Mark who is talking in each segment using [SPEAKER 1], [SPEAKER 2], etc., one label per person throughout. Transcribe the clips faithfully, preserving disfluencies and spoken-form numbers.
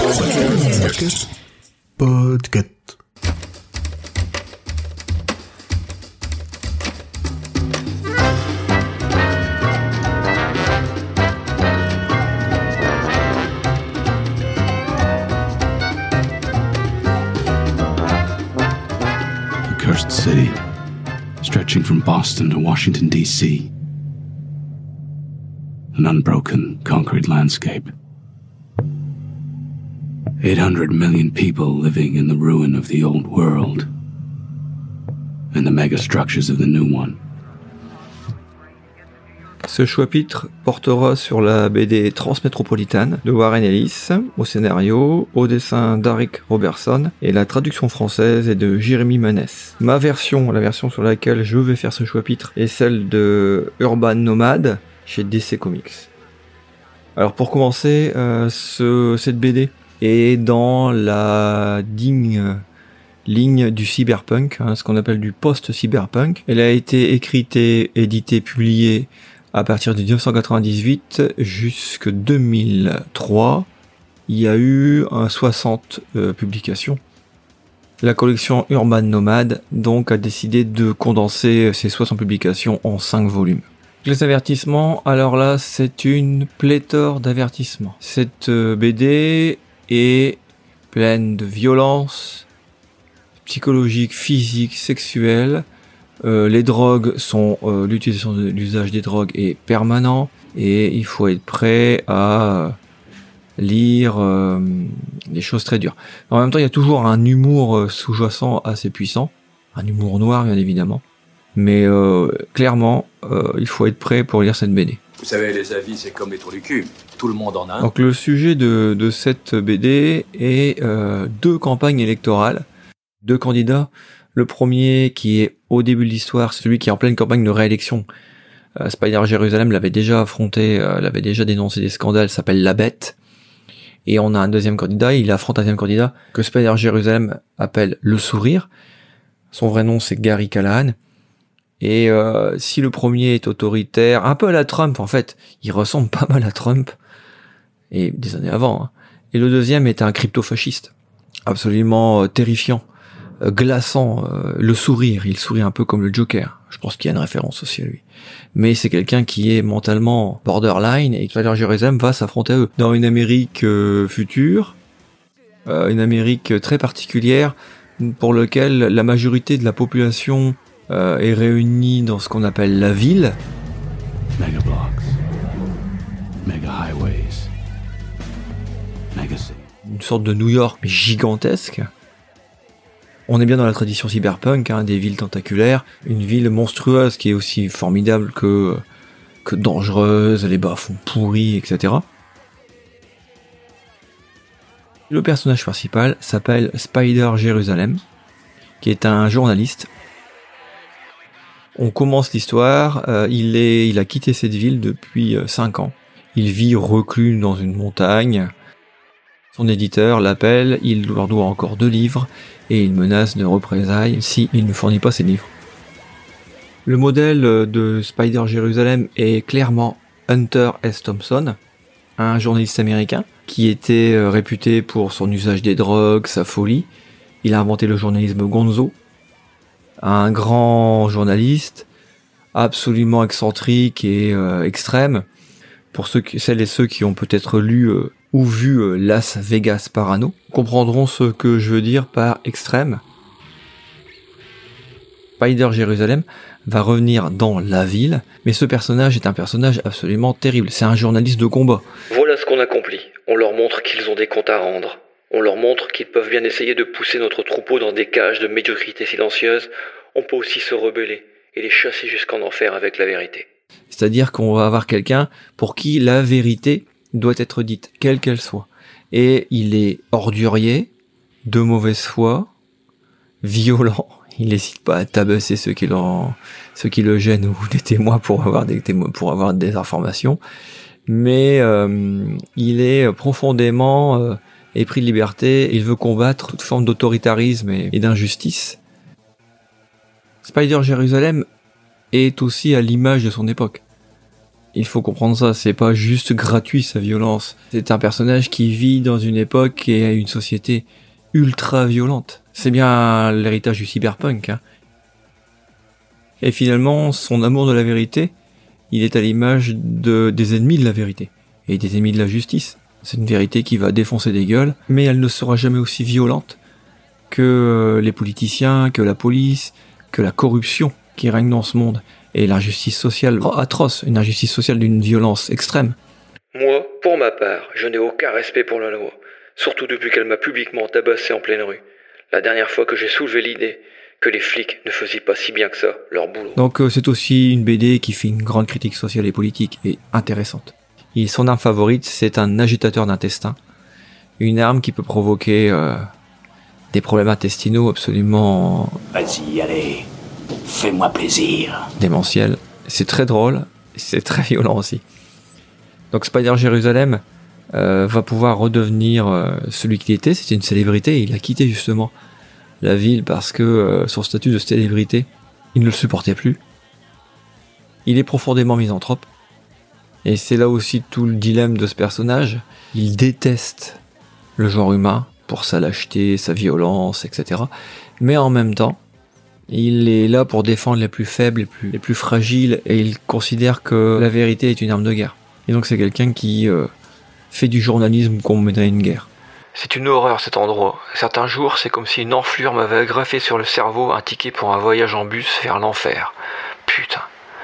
[SPEAKER 1] Podcast. Podcast.
[SPEAKER 2] Cursed city, stretching from Boston to Washington, D C An unbroken concrete landscape. eight hundred million people living in the ruin of the old world and the megastructures of the new one.
[SPEAKER 3] Ce chapitre portera sur la B D Transmétropolitane de Warren Ellis, au scénario, au dessin d'Aric Robertson, et la traduction française est de Jérémy Manès. Ma version, la version sur laquelle je vais faire ce chapitre, est celle de Urban Nomad, chez D C Comics. Alors pour commencer, euh, ce, cette B D est dans la digne ligne du cyberpunk, hein, ce qu'on appelle du post-cyberpunk. Elle a été écrite, éditée, publiée à partir de dix-neuf cent quatre-vingt-dix-huit jusqu'en deux mille trois, il y a eu un soixante euh, publications. La collection Urban Nomad donc a décidé de condenser ces soixante publications en cinq volumes. Les avertissements, alors là c'est une pléthore d'avertissements. Cette euh, B D est pleine de violence psychologique, physique, sexuelle. Euh, les drogues sont, euh, l'utilisation de l'usage des drogues est permanent et il faut être prêt à lire euh, des choses très dures. En même temps, il y a toujours un humour euh, sous-jacent assez puissant, un humour noir bien évidemment, mais euh, clairement, euh, il faut être prêt pour lire cette B D.
[SPEAKER 4] Vous savez, les avis, c'est comme les trous du cul. Tout le monde en a un.
[SPEAKER 3] Donc le sujet de, de cette B D est euh, deux campagnes électorales, deux candidats. Le premier, qui est au début de l'histoire, c'est celui qui est en pleine campagne de réélection. Euh, Spider Jérusalem l'avait déjà affronté, euh, l'avait déjà dénoncé des scandales, s'appelle La Bête. Et on a un deuxième candidat, il affronte un deuxième candidat que Spider Jérusalem appelle Le Sourire. Son vrai nom, c'est Gary Callahan. Et euh, si le premier est autoritaire, un peu à la Trump en fait, il ressemble pas mal à Trump, et des années avant. Hein. Et le deuxième est un crypto-fasciste, absolument euh, terrifiant. glaçant, euh, le sourire, il sourit un peu comme le Joker. Je pense qu'il y a une référence aussi à lui. Mais c'est quelqu'un qui est mentalement borderline et Spider Jérusalem va s'affronter à eux. Dans une Amérique euh, future, euh, une Amérique très particulière pour laquelle la majorité de la population euh, est réunie dans ce qu'on appelle la ville.
[SPEAKER 2] Mega blocks, mega highways, mega cities.
[SPEAKER 3] Une sorte de New York mais gigantesque. On est bien dans la tradition cyberpunk, hein, des villes tentaculaires, une ville monstrueuse qui est aussi formidable que, que dangereuse, les bas-fonds pourris, et cetera. Le personnage principal s'appelle Spider Jérusalem, qui est un journaliste. On commence l'histoire, euh, il, est, il a quitté cette ville depuis cinq ans. Il vit reclus dans une montagne. Son éditeur l'appelle, il leur doit encore deux livres, et il menace de représailles s'il ne fournit pas ses livres. Le modèle de Spider Jérusalem est clairement Hunter S. Thompson, un journaliste américain qui était réputé pour son usage des drogues, sa folie. Il a inventé le journalisme gonzo, un grand journaliste absolument excentrique et euh, extrême. Pour ceux qui, celles et ceux qui ont peut-être lu euh, ou vu euh, Las Vegas Parano, comprendront ce que je veux dire par extrême. Spider Jérusalem va revenir dans la ville, mais ce personnage est un personnage absolument terrible. C'est un journaliste de combat.
[SPEAKER 5] Voilà ce qu'on accomplit. On leur montre qu'ils ont des comptes à rendre. On leur montre qu'ils peuvent bien essayer de pousser notre troupeau dans des cages de médiocrité silencieuse. On peut aussi se rebeller et les chasser jusqu'en enfer avec la vérité.
[SPEAKER 3] C'est-à-dire qu'on va avoir quelqu'un pour qui la vérité doit être dite, quelle qu'elle soit. Et il est ordurier, de mauvaise foi, violent. Il n'hésite pas à tabasser ceux qui, ceux qui le gênent ou des témoins pour avoir des, témoins, pour avoir des informations. Mais euh, il est profondément euh, épris de liberté. Il veut combattre toute forme d'autoritarisme et, et d'injustice. Spider Jérusalem est aussi à l'image de son époque. Il faut comprendre ça, c'est pas juste gratuit sa violence. C'est un personnage qui vit dans une époque et une société ultra violente. C'est bien l'héritage du cyberpunk. Hein. Et finalement, son amour de la vérité, il est à l'image de, des ennemis de la vérité et des ennemis de la justice. C'est une vérité qui va défoncer des gueules, mais elle ne sera jamais aussi violente que les politiciens, que la police, que la corruption qui règne dans ce monde. Et l'injustice sociale atroce, une injustice sociale d'une violence extrême.
[SPEAKER 5] Moi, pour ma part, je n'ai aucun respect pour la loi, surtout depuis qu'elle m'a publiquement tabassé en pleine rue. La dernière fois que j'ai soulevé l'idée que les flics ne faisaient pas si bien que ça leur boulot.
[SPEAKER 3] Donc euh, c'est aussi une B D qui fait une grande critique sociale et politique, et intéressante. Et son arme favorite, c'est un agitateur d'intestin. Une arme qui peut provoquer euh, des problèmes intestinaux absolument...
[SPEAKER 6] Vas-y, allez, fais-moi plaisir.
[SPEAKER 3] Démentiels. C'est très drôle, c'est très violent aussi. Donc Spider Jérusalem euh, va pouvoir redevenir euh, celui qu'il était, c'était une célébrité, il a quitté justement la ville parce que euh, son statut de célébrité, il ne le supportait plus. Il est profondément misanthrope. Et c'est là aussi tout le dilemme de ce personnage. Il déteste le genre humain pour sa lâcheté, sa violence, et cetera. Mais en même temps, il est là pour défendre les plus faibles, les plus, les plus fragiles, et il considère que la vérité est une arme de guerre. Et donc c'est quelqu'un qui euh, fait du journalisme comme on mènerait une guerre.
[SPEAKER 5] C'est une horreur cet endroit. Certains jours, c'est comme si une enflure m'avait agrafé sur le cerveau un ticket pour un voyage en bus vers l'enfer. Putain.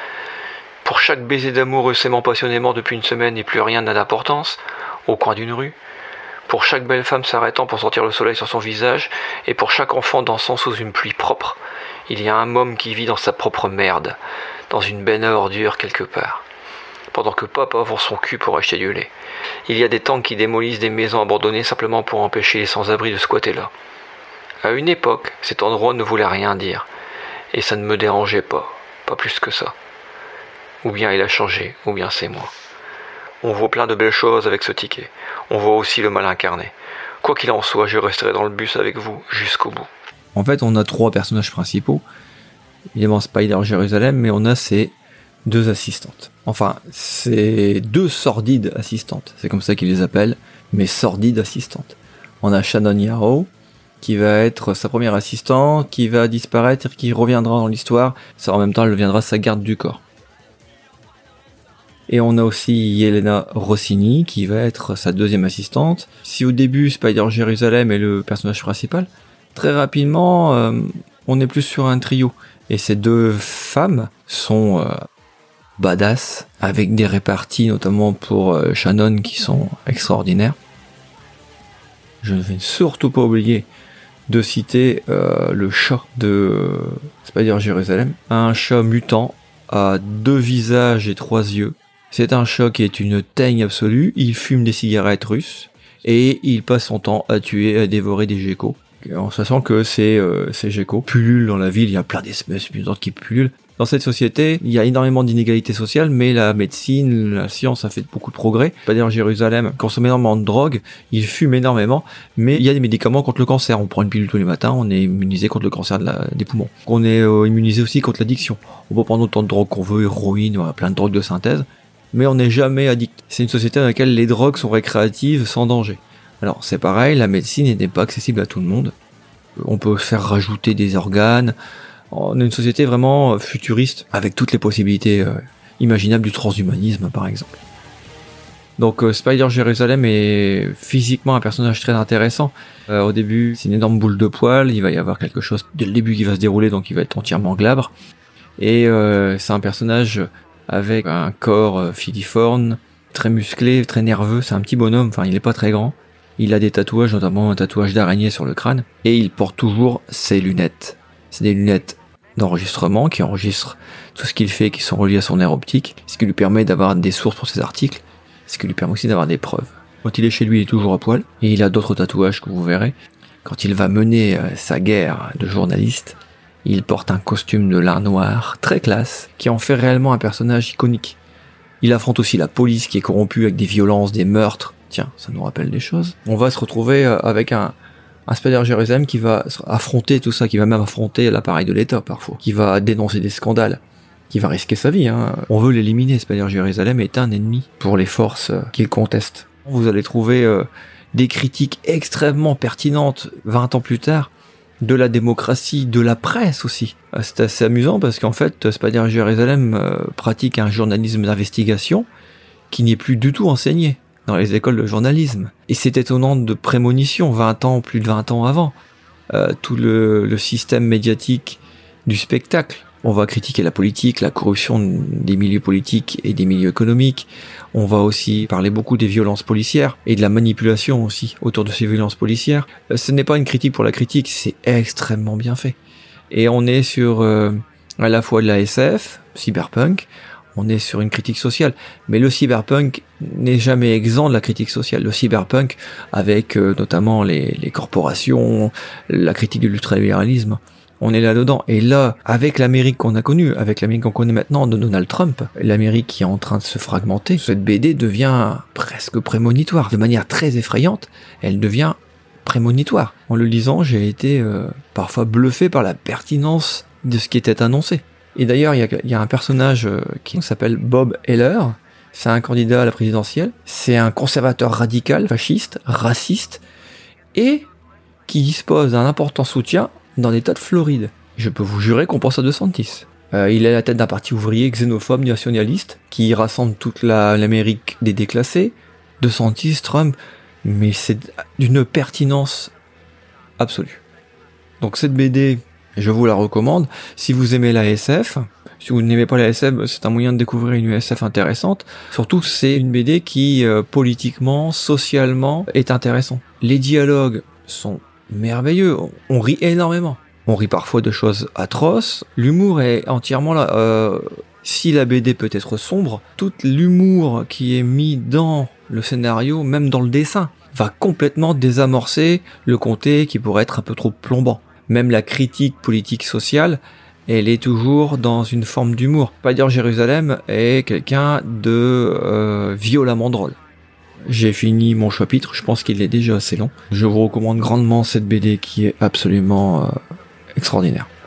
[SPEAKER 5] Pour chaque baiser d'amour s'aimant passionnément depuis une semaine et plus rien n'a d'importance, au coin d'une rue, pour chaque belle femme s'arrêtant pour sentir le soleil sur son visage, et pour chaque enfant dansant sous une pluie propre, il y a un homme qui vit dans sa propre merde, dans une benne à ordures quelque part, pendant que papa ouvre son cul pour acheter du lait. Il y a des tanks qui démolissent des maisons abandonnées simplement pour empêcher les sans-abri de squatter là. À une époque, cet endroit ne voulait rien dire, et ça ne me dérangeait pas, pas plus que ça. Ou bien il a changé, ou bien c'est moi. On voit plein de belles choses avec ce ticket. On voit aussi le mal incarné. Quoi qu'il en soit, je resterai dans le bus avec vous jusqu'au bout.
[SPEAKER 3] En fait, on a trois personnages principaux. Évidemment Spider Jérusalem, mais on a ses deux assistantes. Enfin, c'est deux sordides assistantes. C'est comme ça qu'ils les appellent, mais sordides assistantes. On a Shannon Yarrow, qui va être sa première assistante, qui va disparaître et qui reviendra dans l'histoire. Ça, en même temps, elle deviendra sa garde du corps. Et on a aussi Yelena Rossini, qui va être sa deuxième assistante. Si au début, Spider Jérusalem est le personnage principal, très rapidement, euh, on est plus sur un trio. Et ces deux femmes sont euh, badass, avec des réparties, notamment pour euh, Shannon, qui sont extraordinaires. Je ne vais surtout pas oublier de citer euh, le chat de Spider Jérusalem. Un chat mutant à deux visages et trois yeux. C'est un chat qui est une teigne absolue, il fume des cigarettes russes, et il passe son temps à tuer, à dévorer des geckos. En sachant que ces, euh, ces geckos pullulent dans la ville, il y a plein d'espèces mutantes qui pullulent. Dans cette société, il y a énormément d'inégalités sociales, mais la médecine, la science a fait beaucoup de progrès. C'est-à-dire Jérusalem consomme énormément de drogue, il fume énormément, mais il y a des médicaments contre le cancer. On prend une pilule tous les matins, on est immunisé contre le cancer de la, des poumons. On est euh, immunisé aussi contre l'addiction. On peut prendre autant de drogues qu'on veut, héroïne, voilà, plein de drogues de synthèse, mais on n'est jamais addict. C'est une société dans laquelle les drogues sont récréatives sans danger. Alors c'est pareil, la médecine n'est pas accessible à tout le monde. On peut faire rajouter des organes. On est une société vraiment futuriste, avec toutes les possibilités euh, imaginables du transhumanisme par exemple. Donc euh, Spider Jérusalem est physiquement un personnage très intéressant. Euh, au début, c'est une énorme boule de poils, il va y avoir quelque chose dès le début qui va se dérouler, donc il va être entièrement glabre. Et euh, c'est un personnage avec un corps euh, filiforme, très musclé, très nerveux, c'est un petit bonhomme, enfin il est pas très grand. Il a des tatouages, notamment un tatouage d'araignée sur le crâne, et il porte toujours ses lunettes. C'est des lunettes d'enregistrement qui enregistrent tout ce qu'il fait, qui sont reliés à son nerf optique, ce qui lui permet d'avoir des sources pour ses articles, ce qui lui permet aussi d'avoir des preuves. Quand il est chez lui, il est toujours à poil, et il a d'autres tatouages que vous verrez. Quand il va mener euh, sa guerre de journaliste, il porte un costume de lin noir, très classe, qui en fait réellement un personnage iconique. Il affronte aussi la police qui est corrompue avec des violences, des meurtres. Tiens, ça nous rappelle des choses. On va se retrouver avec un, un Spider Jérusalem qui va affronter tout ça, qui va même affronter l'appareil de l'État parfois, qui va dénoncer des scandales. qui va risquer sa vie. Hein. On veut l'éliminer, c'est-à-dire Jérusalem est un ennemi pour les forces qu'il conteste. Vous allez trouver euh, des critiques extrêmement pertinentes vingt ans plus tard, de la démocratie, de la presse aussi. C'est assez amusant parce qu'en fait, c'est-à-dire Jérusalem euh, pratique un journalisme d'investigation qui n'est plus du tout enseigné dans les écoles de journalisme. Et c'est étonnant de prémonition, vingt ans, plus de vingt ans avant. Euh, tout le, le système médiatique du spectacle. On va critiquer la politique, la corruption des milieux politiques et des milieux économiques. On va aussi parler beaucoup des violences policières et de la manipulation aussi autour de ces violences policières. Euh, ce n'est pas une critique pour la critique, c'est extrêmement bien fait. Et on est sur euh, à la fois de la S F, cyberpunk, on est sur une critique sociale. Mais le cyberpunk n'est jamais exempt de la critique sociale. Le cyberpunk, avec euh, notamment les, les corporations, la critique de l'ultralibéralisme, on est là-dedans. Et là, avec l'Amérique qu'on a connue, avec l'Amérique qu'on connaît maintenant de Donald Trump, l'Amérique qui est en train de se fragmenter, cette B D devient presque prémonitoire. De manière très effrayante, elle devient prémonitoire. En le lisant, j'ai été euh, parfois bluffé par la pertinence de ce qui était annoncé. Et d'ailleurs, il y, y a un personnage euh, qui s'appelle Bob Heller, c'est un candidat à la présidentielle, c'est un conservateur radical, fasciste, raciste, et qui dispose d'un important soutien dans l'État de Floride. Je peux vous jurer qu'on pense à DeSantis. Euh, il est à la tête d'un parti ouvrier xénophobe nationaliste qui rassemble toute la, l'Amérique des déclassés. DeSantis, Trump, mais c'est d'une pertinence absolue. Donc cette B D, je vous la recommande. Si vous aimez la S F, si vous n'aimez pas la S F, c'est un moyen de découvrir une S F intéressante. Surtout, c'est une B D qui, euh, politiquement, socialement, est intéressante. Les dialogues sont merveilleux, on rit énormément. On rit parfois de choses atroces. L'humour est entièrement là. Euh, si la B D peut être sombre, tout l'humour qui est mis dans le scénario, même dans le dessin, va complètement désamorcer le comté qui pourrait être un peu trop plombant. Même la critique politique sociale, elle est toujours dans une forme d'humour. Pas dire Jérusalem est quelqu'un de euh, violemment drôle. J'ai fini mon chapitre, je pense qu'il est déjà assez long. Je vous recommande grandement cette B D qui est absolument euh, extraordinaire.